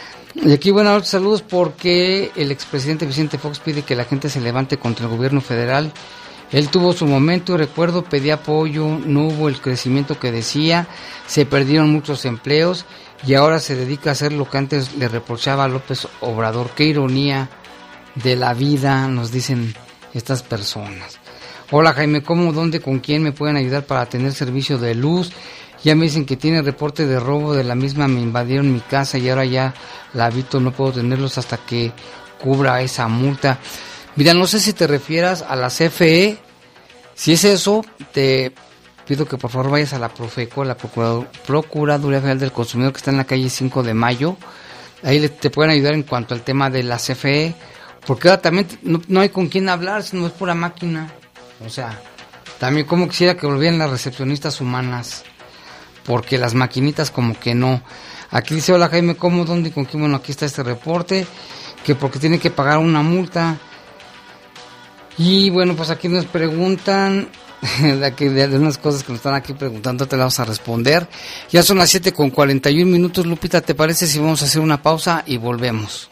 [SPEAKER 3] Y aquí, buenas noches, saludos, porque el expresidente Vicente Fox pide que la gente se levante contra el gobierno federal. Él tuvo su momento y recuerdo, pedía apoyo, no hubo el crecimiento que decía, se perdieron muchos empleos y ahora se dedica a hacer lo que antes le reprochaba a López Obrador. Qué ironía de la vida, nos dicen estas personas. Hola Jaime, ¿cómo, dónde, con quién me pueden ayudar para tener servicio de luz? Ya me dicen que tiene reporte de robo de la misma, me invadieron mi casa y ahora ya la habito, no puedo tenerlos hasta que cubra esa multa. Mira, no sé si te refieras a la C F E. Si es eso, te pido que por favor vayas a la Profeco, la Procuraduría Federal del Consumidor, que está en la calle cinco de mayo. Ahí te pueden ayudar en cuanto al tema de la C F E, Porque ahora también no, no hay con quién hablar, sino es pura máquina. O sea, también como quisiera que volvieran las recepcionistas humanas, porque las maquinitas como que no. Aquí dice, hola Jaime, ¿cómo, dónde y con quién? Bueno, aquí está este reporte, que porque tiene que pagar una multa. Y bueno, pues aquí nos preguntan de, aquí, de, de unas cosas que nos están aquí preguntando, te las vamos a responder. Ya son las siete con cuarenta y un minutos, Lupita, ¿te parece si vamos a hacer una pausa y volvemos?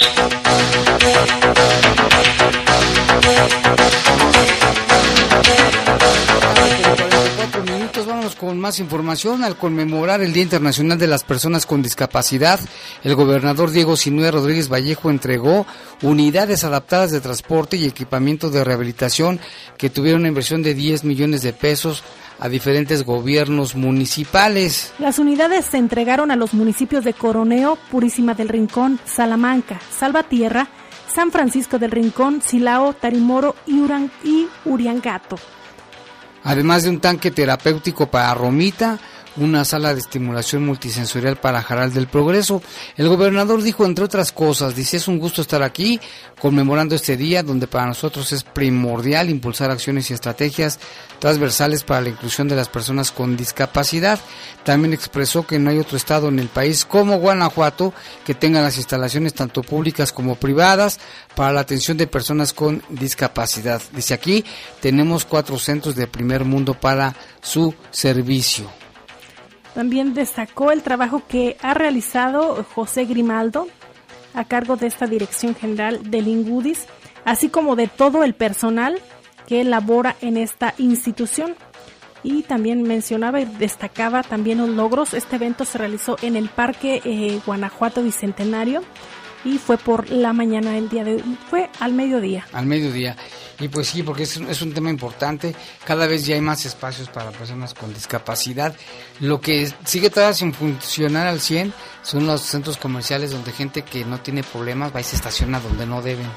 [SPEAKER 3] Minutos, vamos con más información. Al conmemorar el Día Internacional de las Personas con Discapacidad, el gobernador Diego Sinue Rodríguez Vallejo entregó unidades adaptadas de transporte y equipamiento de rehabilitación que tuvieron una inversión de diez millones de pesos a diferentes gobiernos municipales.
[SPEAKER 4] Las unidades se entregaron a los municipios de Coroneo, Purísima del Rincón, Salamanca, Salvatierra, San Francisco del Rincón, Silao, Tarimoro y, Uran- y Uriangato.
[SPEAKER 3] Además de un tanque terapéutico para Romita, una sala de estimulación multisensorial para Jaral del Progreso. El gobernador dijo, entre otras cosas, dice, es un gusto estar aquí conmemorando este día donde para nosotros es primordial impulsar acciones y estrategias transversales para la inclusión de las personas con discapacidad. También expresó que no hay otro estado en el país como Guanajuato que tenga las instalaciones tanto públicas como privadas para la atención de personas con discapacidad. Dice, aquí tenemos cuatro centros de primer mundo para su servicio.
[SPEAKER 4] También destacó el trabajo que ha realizado José Grimaldo a cargo de esta Dirección General del INGUDIS, así como de todo el personal que labora en esta institución. Y también mencionaba y destacaba también los logros. Este evento se realizó en el Parque eh, Guanajuato Bicentenario y fue por la mañana el día de hoy, fue al mediodía.
[SPEAKER 3] Al mediodía. Y pues sí, porque es un, es un tema importante. Cada vez ya hay más espacios para personas con discapacidad. Lo que sigue todavía sin funcionar al cien son los centros comerciales donde gente que no tiene problemas va y se estaciona donde no deben.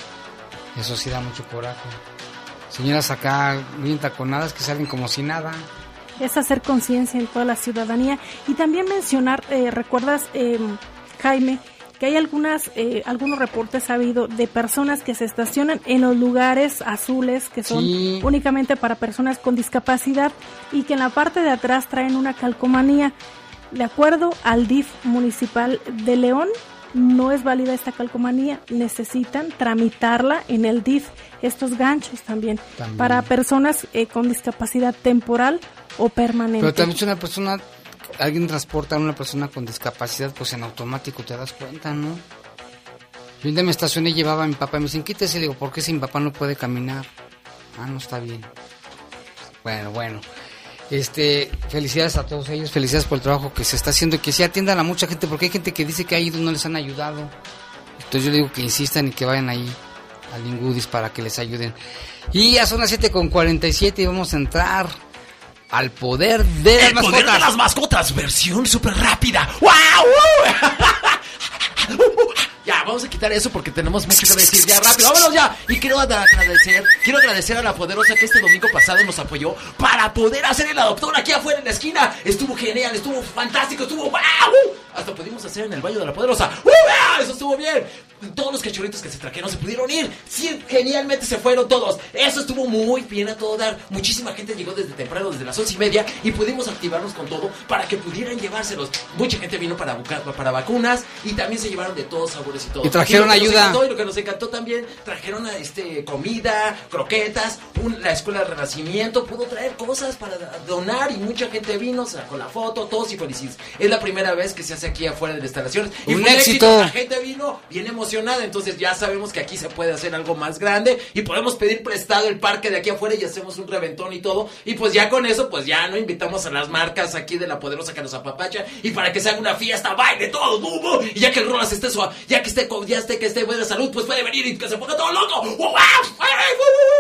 [SPEAKER 3] Eso sí da mucho coraje. Señoras acá bien taconadas que salen como si nada.
[SPEAKER 4] Es hacer conciencia en toda la ciudadanía. Y también mencionar, eh, ¿recuerdas, eh, Jaime, que hay algunas eh, algunos reportes ha habido de personas que se estacionan en los lugares azules que son sí. únicamente para personas con discapacidad y que en la parte de atrás traen una calcomanía? De acuerdo al D I F municipal de León, no es válida esta calcomanía, necesitan tramitarla en el D I F, estos ganchos también, también. para personas eh, con discapacidad temporal o permanente.
[SPEAKER 3] Pero también es una persona... Alguien transporta a una persona con discapacidad, pues en automático te das cuenta, ¿no? Yo un día me estacioné y llevaba a mi papá y me dicen, quítese, le digo, ¿por qué si mi papá no puede caminar? Ah, no está bien. Bueno, bueno. Este, felicidades a todos ellos, felicidades por el trabajo que se está haciendo y que sí atiendan a mucha gente, porque hay gente que dice que ha ido y no les han ayudado. Entonces yo le digo que insistan y que vayan ahí al INGUDIS para que les ayuden. Y ya son las siete con cuarenta y siete y vamos a entrar al poder de las
[SPEAKER 6] el
[SPEAKER 3] mascotas.
[SPEAKER 6] Poder de las mascotas, versión súper rápida. ¡Wow! Ya, vamos a quitar eso porque tenemos mucho que decir. Ya, rápido, vámonos ya. Y quiero agradecer, quiero agradecer a la Poderosa que este domingo pasado nos apoyó para poder hacer el adoptor aquí afuera en la esquina. Estuvo genial, estuvo fantástico, estuvo ¡wow! Hasta pudimos hacer en el baño de la Poderosa. ¡Uh! Eso estuvo bien. Todos los cachorritos que se trajeron se pudieron ir. Sí, genialmente se fueron todos. Eso estuvo muy bien a todo dar. Muchísima gente llegó desde temprano, desde las once y media, y pudimos activarnos con todo para que pudieran llevárselos. Mucha gente vino para, para vacunas y también se llevaron de todos sabores y todo.
[SPEAKER 3] Y trajeron
[SPEAKER 6] y
[SPEAKER 3] ayuda.
[SPEAKER 6] Encantó, y lo que nos encantó también, trajeron este, comida, croquetas. Un, la Escuela de Renacimiento pudo traer cosas para donar y mucha gente vino, sacó la foto, todos y felices. Es la primera vez que se hace aquí afuera de las instalaciones. Y
[SPEAKER 3] un
[SPEAKER 6] fue
[SPEAKER 3] éxito.
[SPEAKER 6] éxito. La gente vino bien emocionada, entonces ya sabemos que aquí se puede hacer algo más grande y podemos pedir prestado el parque de aquí afuera y hacemos un reventón y todo. Y pues ya con eso, pues ya no invitamos a las marcas aquí de la Poderosa que nos apapacha y para que se haga una fiesta, baile todo, ¡bum! Y ya que el Rolas esté suave, ya que esté, ya esté, que esté buena salud, pues puede venir y que se ponga todo loco.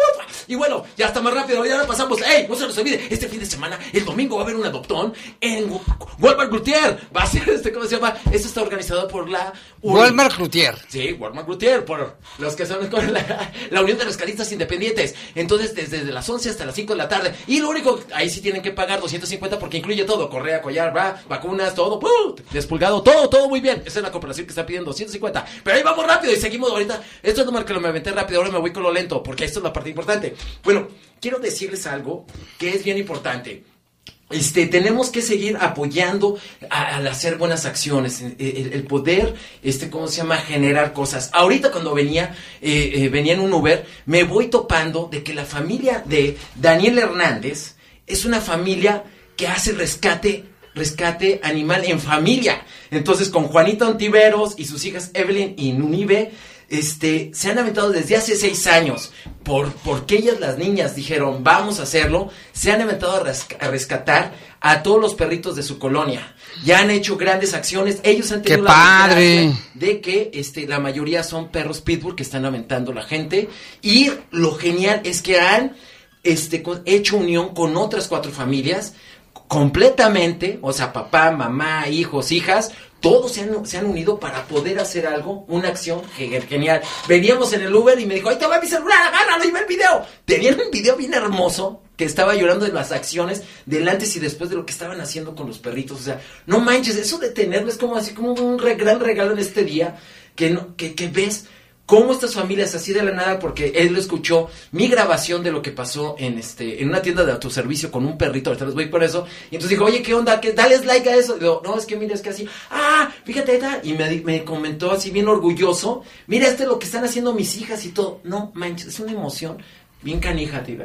[SPEAKER 6] Y bueno, ya está más rápido, ya ahora pasamos. ¡Ey! No se nos olvide, este fin de semana, el domingo va a haber un adoptón en Walmart Cloutier. Va a ser este, ¿cómo se llama? Esto está organizado por la
[SPEAKER 3] Walmart Cloutier.
[SPEAKER 6] Sí, Walmart Cloutier, por los que son con la, la Unión de Rescatistas Independientes. Entonces, desde, desde las once hasta las cinco de la tarde. Y lo único, ahí sí tienen que pagar doscientos cincuenta porque incluye todo: correa, collar, va, vacunas, todo, ¡pum! Despulgado, todo, todo muy bien. Esa es la cooperación que está pidiendo, doscientos cincuenta. Pero ahí vamos rápido y seguimos ahorita. Esto es nomás que lo me aventé rápido, ahora me voy con lo lento, porque esto es la parte importante. Bueno, quiero decirles algo que es bien importante. Este, tenemos que seguir apoyando a, al hacer buenas acciones, el, el, el poder, este, ¿cómo se llama? Generar cosas. Ahorita cuando venía, eh, eh, venía en un Uber, me voy topando de que la familia de Daniel Hernández es una familia que hace rescate, rescate animal en familia. Entonces, con Juanita Ontiveros y sus hijas Evelyn y Nunive, Este, se han aventado desde hace seis años, por, porque ellas, las niñas, dijeron, vamos a hacerlo. Se han aventado a, resca- a rescatar a todos los perritos de su colonia. Ya han hecho grandes acciones. Ellos han tenido
[SPEAKER 3] ¡qué
[SPEAKER 6] la
[SPEAKER 3] padre!
[SPEAKER 6] desgracia de que este, la mayoría son perros pitbull que están aventando la gente. Y lo genial es que han este, con, hecho unión con otras cuatro familias completamente, o sea, papá, mamá, hijos, hijas. Todos se han, se han unido para poder hacer algo, una acción genial. Veníamos en el Uber y me dijo, ahí te va mi celular, agárralo y ve el video. Tenían un video bien hermoso que estaba llorando de las acciones del antes y después de lo que estaban haciendo con los perritos. O sea, no manches, eso de tenerles como así, como un re, gran regalo en este día, que, no, que, que ves cómo estas familias así de la nada, porque él lo escuchó, mi grabación de lo que pasó en este en una tienda de autoservicio con un perrito, ahorita les voy por eso, y entonces dijo, oye, ¿qué onda? ¿Qué? Dales like a eso. Y digo, no, es que mira, es que así, ah, fíjate, y me, me comentó así bien orgulloso, mira, esto es lo que están haciendo mis hijas y todo. No manches, es una emoción bien canija, tío.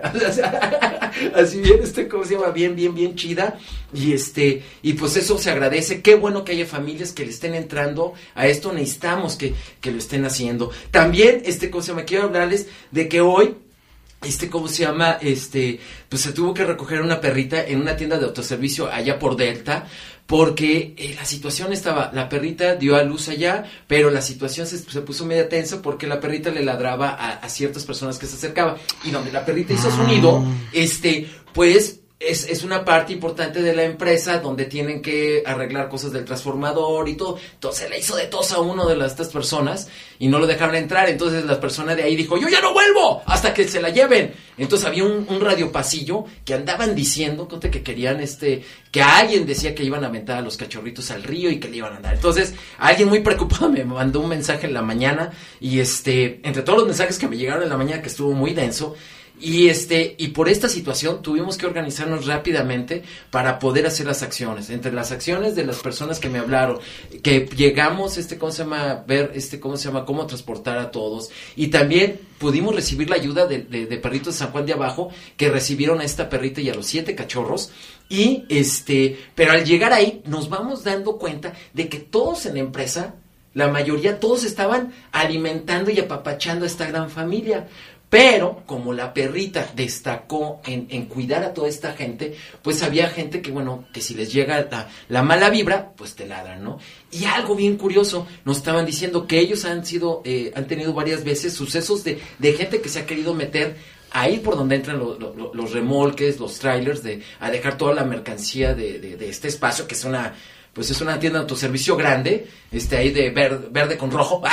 [SPEAKER 6] Así bien, este, ¿cómo se llama? Bien, bien, bien chida. Y este, y pues eso se agradece. Qué bueno que haya familias que le estén entrando a esto. Necesitamos que, que lo estén haciendo. También, este, ¿cómo se llama? Quiero hablarles de que hoy, este, ¿cómo se llama? Este, pues se tuvo que recoger una perrita en una tienda de autoservicio allá por Delta, porque eh, la situación estaba, la perrita dio a luz allá, pero la situación se, se puso media tensa porque la perrita le ladraba a, a ciertas personas que se acercaban, y donde la perrita hizo su nido, este, pues, Es, es una parte importante de la empresa donde tienen que arreglar cosas del transformador y todo. Entonces le hizo de tos a uno de las, estas personas y no lo dejaron entrar. Entonces la persona de ahí dijo, yo ya no vuelvo hasta que se la lleven. Entonces había un, un radiopasillo que andaban diciendo que querían, este, que alguien decía que iban a aventar a los cachorritos al río y que le iban a andar. Entonces alguien muy preocupado me mandó un mensaje en la mañana y este, entre todos los mensajes que me llegaron en la mañana, que estuvo muy denso, Y este, y por esta situación tuvimos que organizarnos rápidamente para poder hacer las acciones. Entre las acciones de las personas que me hablaron, que llegamos, este, ¿cómo se llama? Ver, este, ¿cómo se llama? Cómo transportar a todos. Y también pudimos recibir la ayuda de, de, de perritos de San Juan de Abajo, que recibieron a esta perrita y a los siete cachorros. Y este, pero al llegar ahí, nos vamos dando cuenta de que todos en la empresa, la mayoría, todos estaban alimentando y apapachando a esta gran familia. Pero, como la perrita destacó en, en cuidar a toda esta gente, pues había gente que, bueno, que si les llega la, la mala vibra, pues te ladran, ¿no? Y algo bien curioso, nos estaban diciendo que ellos han sido, eh, han tenido varias veces sucesos de, de gente que se ha querido meter ahí por donde entran lo, lo, los remolques, los trailers, de, a dejar toda la mercancía de, de, de este espacio, que es una... pues es una tienda de autoservicio grande, este, ahí de verde, verde con rojo,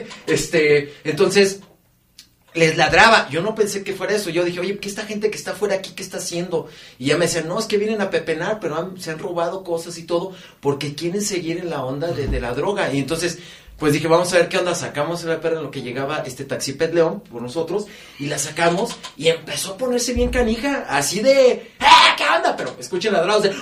[SPEAKER 6] este, entonces... les ladraba. Yo no pensé que fuera eso. Yo dije, oye, ¿qué esta gente que está fuera aquí, qué está haciendo? Y ya me decían, no, es que vienen a pepenar, pero han, se han robado cosas y todo, porque quieren seguir en la onda de, de la droga. Y entonces, pues dije, vamos a ver qué onda. Sacamos a la perra en lo que llegaba este Taxi Pet León por nosotros, y la sacamos, y empezó a ponerse bien canija, así de, ¡eh, qué onda! Pero escuchen ladrados de...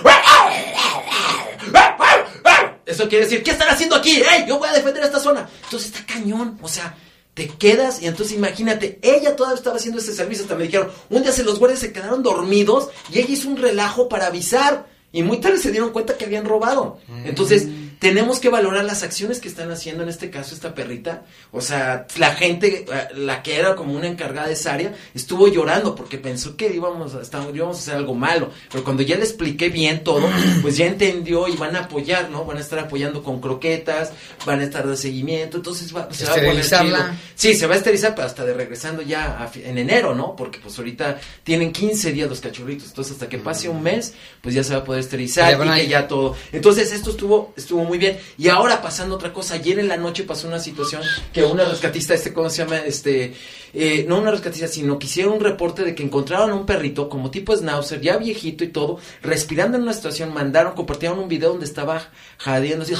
[SPEAKER 6] Eso quiere decir, ¿qué están haciendo aquí? ¡Ey, yo voy a defender esta zona! Entonces está cañón, o sea... te quedas, y entonces imagínate, ella todavía estaba haciendo este servicio, hasta me dijeron, un día se los guardias se quedaron dormidos, y ella hizo un relajo para avisar, y muy tarde se dieron cuenta que habían robado. Entonces, tenemos que valorar las acciones que están haciendo en este caso esta perrita. O sea, la gente, la que era como una encargada de esa área, estuvo llorando porque pensó que íbamos a, estar, íbamos a hacer algo malo. Pero cuando ya le expliqué bien todo, pues ya entendió y van a apoyar, ¿no? Van a estar apoyando con croquetas, van a estar de seguimiento, entonces va, se va a poner chido. Sí, se va a esterilizar, pero hasta de regresando ya a, en enero, ¿no? Porque pues ahorita tienen quince días los cachorritos, entonces hasta que pase un mes, pues ya se va a poder esterilizar y que ya todo. Entonces esto estuvo estuvo muy bien. Y ahora pasando otra cosa, ayer en la noche pasó una situación que una rescatista, este, ¿cómo se llama? Este, eh, no una rescatista, sino que hicieron un reporte de que encontraron a un perrito como tipo schnauzer, ya viejito y todo, respirando en una situación, mandaron, compartieron un video donde estaba jadeando así,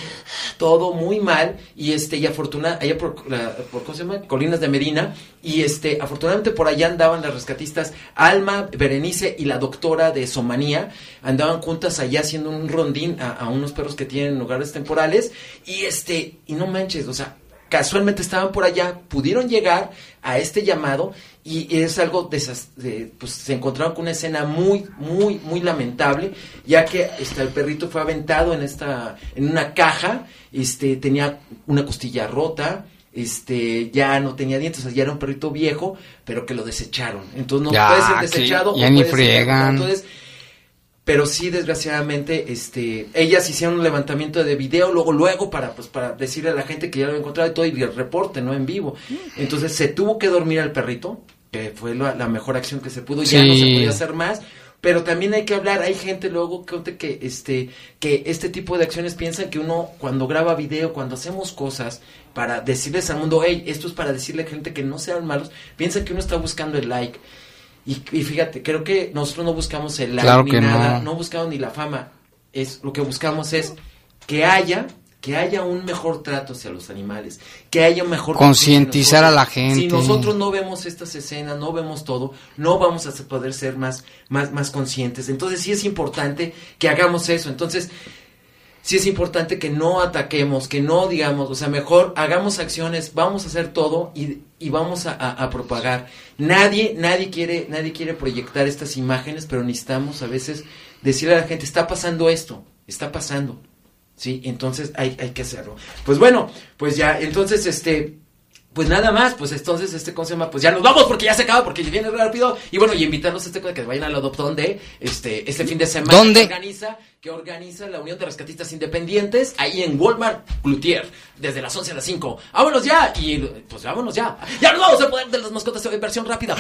[SPEAKER 6] todo muy mal, y este, y afortunadamente, allá por, la, por, ¿cómo se llama? Colinas de Medina, y este, afortunadamente por allá andaban las rescatistas Alma, Berenice y la doctora de Somanía, andaban juntas allá haciendo un rondín a, a unos perros que tienen lugares temporales, y este, y no manches, o sea, casualmente estaban por allá, pudieron llegar a este llamado y es algo desast- de, pues se encontraron con una escena muy, muy, muy lamentable, ya que este, el perrito fue aventado en esta, en una caja, este, tenía una costilla rota, este, ya no tenía dientes, o sea, ya era un perrito viejo, pero que lo desecharon, entonces no ya, puede ser desechado,
[SPEAKER 3] ya ni friegan.
[SPEAKER 6] Entonces, pero sí, desgraciadamente, este, ellas hicieron un levantamiento de video, luego, luego, para, pues, para decirle a la gente que ya lo había encontrado y todo, y el reporte, ¿no? En vivo. Entonces, se tuvo que dormir al perrito, que fue la, la mejor acción que se pudo, sí. Ya no se podía hacer más, pero también hay que hablar, hay gente luego que, que, este, que este tipo de acciones piensan que uno, cuando graba video, cuando hacemos cosas, para decirles al mundo, hey, esto es para decirle a la gente que no sean malos, piensan que uno está buscando el like. Y, y fíjate, creo que nosotros no buscamos el like
[SPEAKER 3] claro
[SPEAKER 6] ni
[SPEAKER 3] que
[SPEAKER 6] nada,
[SPEAKER 3] no.
[SPEAKER 6] no buscamos ni la fama, es lo que buscamos es que haya, que haya un mejor trato hacia los animales, que haya un mejor...
[SPEAKER 3] Concientizar a la gente.
[SPEAKER 6] Si nosotros no vemos estas escenas, no vemos todo, no vamos a poder ser más, más, más conscientes. Entonces sí es importante que hagamos eso, entonces... Sí es importante que no ataquemos, que no digamos, o sea, mejor hagamos acciones, vamos a hacer todo y, y vamos a, a, a propagar. Nadie, nadie quiere, nadie quiere proyectar estas imágenes, pero necesitamos a veces decirle a la gente, está pasando esto, está pasando, ¿sí? Entonces hay, hay que hacerlo. Pues bueno, pues ya, entonces este... Pues nada más, pues entonces, este, ¿cómo se llama? Pues ya nos vamos porque ya se acaba, porque viene rápido. Y bueno, y invitarlos a este, que vayan al Adoptón de este, este fin de semana.
[SPEAKER 3] ¿Dónde?
[SPEAKER 6] Que organiza, que organiza la Unión de Rescatistas Independientes, ahí en Walmart Cloutier, desde las once a las cinco. ¡Vámonos ya! Y pues vámonos ya. ¡Ya nos vamos a poder de las mascotas en versión rápida!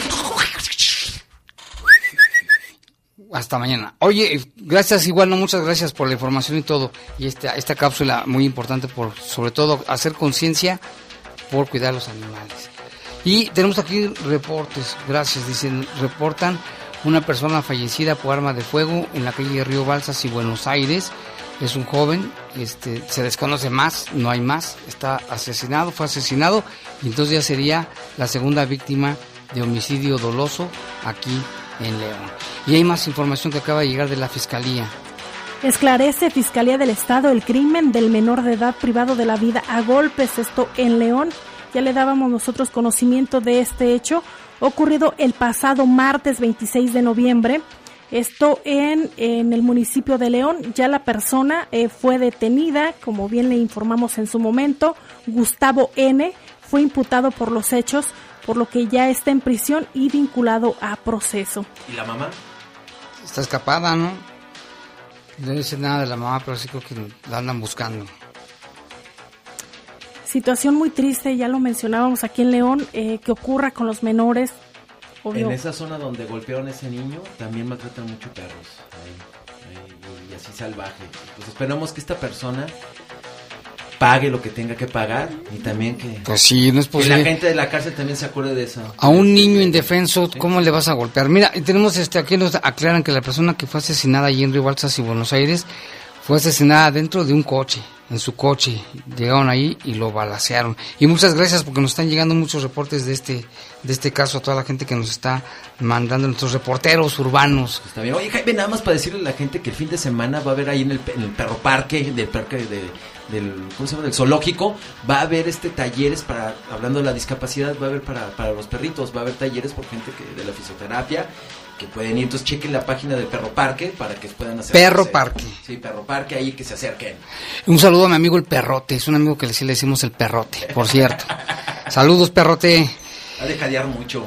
[SPEAKER 3] Hasta mañana. Oye, gracias igual, no, muchas gracias por la información y todo. Y esta, esta cápsula muy importante por, sobre todo, hacer conciencia por cuidar a los animales. Y tenemos aquí reportes, gracias, dicen, reportan una persona fallecida por arma de fuego en la calle Río Balsas y Buenos Aires. Es un joven, este, se desconoce más, no hay más, está asesinado, fue asesinado, y entonces ya sería la segunda víctima de homicidio doloso aquí en León. Y hay más información que acaba de llegar de la Fiscalía.
[SPEAKER 4] Esclarece Fiscalía del Estado el crimen del menor de edad privado de la vida a golpes, esto en León. Ya le dábamos nosotros conocimiento de este hecho, ocurrido el pasado martes veintiséis de noviembre. Esto en, en el municipio de León. Ya la persona eh, fue detenida, como bien le informamos en su momento. Gustavo N. fue imputado por los hechos, por lo que ya está en prisión y vinculado a proceso.
[SPEAKER 6] ¿Y la mamá?
[SPEAKER 3] Está escapada, ¿no? No dice nada de la mamá, pero sí creo que la andan buscando.
[SPEAKER 4] Situación muy triste, ya lo mencionábamos aquí en León, eh, que ocurra con los menores. Obvio.
[SPEAKER 6] En esa zona donde golpearon a ese niño, también maltratan mucho perros. Ahí, ahí, y así salvaje. Pues esperamos que esta persona pague lo que tenga que pagar y también que,
[SPEAKER 3] pues sí, no es posible.
[SPEAKER 6] Que la gente de la cárcel también se acuerde de eso.
[SPEAKER 3] A un niño indefenso, ¿cómo le vas a golpear? Mira, tenemos este, aquí nos aclaran que la persona que fue asesinada allí en Río Balsas y Buenos Aires fue asesinada dentro de un coche, en su coche. Llegaron ahí y lo balacearon. Y muchas gracias porque nos están llegando muchos reportes de este de este caso, a toda la gente que nos está mandando, nuestros reporteros urbanos.
[SPEAKER 6] Está bien. Oye, Jaime, nada más para decirle a la gente que el fin de semana va a haber ahí en el, en el perro parque, del parque de, del, ¿cómo se llama? Del zoológico, va a haber este talleres para, hablando de la discapacidad, va a haber para, para los perritos, va a haber talleres por gente que de la fisioterapia, que pueden ir, entonces chequen la página del Perro Parque para que puedan hacer.
[SPEAKER 3] Perro Parque.
[SPEAKER 6] Sí, Perro Parque, ahí que se acerquen.
[SPEAKER 3] Un saludo a mi amigo el Perrote, es un amigo que sí le decimos el Perrote, por cierto. Saludos, Perrote.
[SPEAKER 6] Va a dejadear mucho.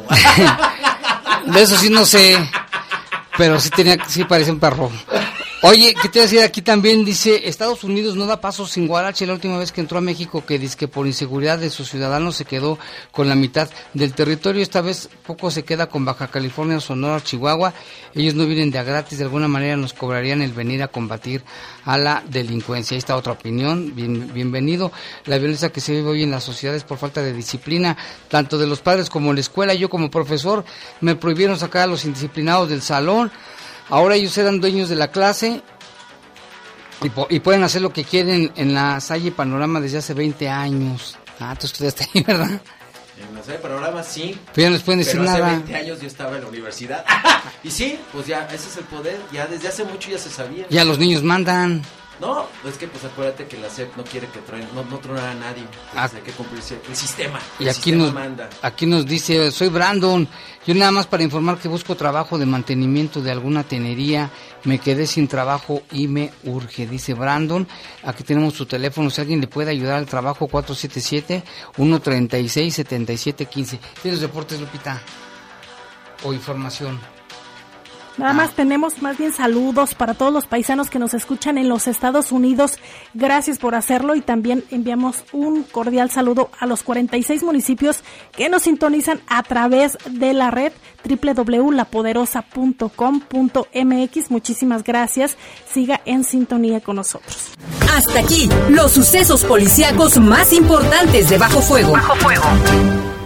[SPEAKER 3] De eso sí no sé, pero sí tenía, sí parece un perro. Oye, ¿qué te voy a decir? Aquí también dice, Estados Unidos no da paso sin Guarache. La última vez que entró a México, que dice que por inseguridad de sus ciudadanos se quedó con la mitad del territorio. Esta vez poco se queda con Baja California, Sonora, Chihuahua. Ellos no vienen de a gratis, de alguna manera nos cobrarían el venir a combatir a la delincuencia. Ahí está otra opinión, Bien, bienvenido. La violencia que se vive hoy en las sociedades por falta de disciplina, tanto de los padres como en la escuela. Yo como profesor me prohibieron sacar a los indisciplinados del salón. Ahora ellos eran dueños de la clase y, po- y pueden hacer lo que quieren en la Salle Panorama desde hace veinte años. Ah, tú estudiaste ahí, ¿verdad?
[SPEAKER 6] En la Salle Panorama sí.
[SPEAKER 3] Pero ya no les pueden decir
[SPEAKER 6] pero hace
[SPEAKER 3] nada.
[SPEAKER 6] veinte años yo estaba en la universidad. Y sí, pues ya, ese es el poder. Ya desde hace mucho ya se sabía.
[SPEAKER 3] Ya los niños mandan.
[SPEAKER 6] No, es que pues acuérdate que la S E P no quiere que truene, no, no tronar a nadie.
[SPEAKER 3] Ah.
[SPEAKER 6] Hay que cumplir el sistema.
[SPEAKER 3] Y
[SPEAKER 6] el
[SPEAKER 3] aquí
[SPEAKER 6] sistema
[SPEAKER 3] nos,
[SPEAKER 6] manda.
[SPEAKER 3] aquí nos dice, soy Brandon, yo nada más para informar que busco trabajo de mantenimiento de alguna tenería, me quedé sin trabajo y me urge, dice Brandon. Aquí tenemos su teléfono, si alguien le puede ayudar al trabajo, cuatro siete siete, uno tres seis, siete siete uno cinco. ¿Tienes reportes, Lupita? ¿O información?
[SPEAKER 4] Nada más tenemos más bien saludos para todos los paisanos que nos escuchan en los Estados Unidos. Gracias por hacerlo y también enviamos un cordial saludo a los cuarenta y seis municipios que nos sintonizan a través de la red doble u doble u doble u punto la poderosa punto com punto m x. Muchísimas gracias. Siga en sintonía con nosotros.
[SPEAKER 1] Hasta aquí, los sucesos policíacos más importantes de Bajo Fuego. Bajo Fuego.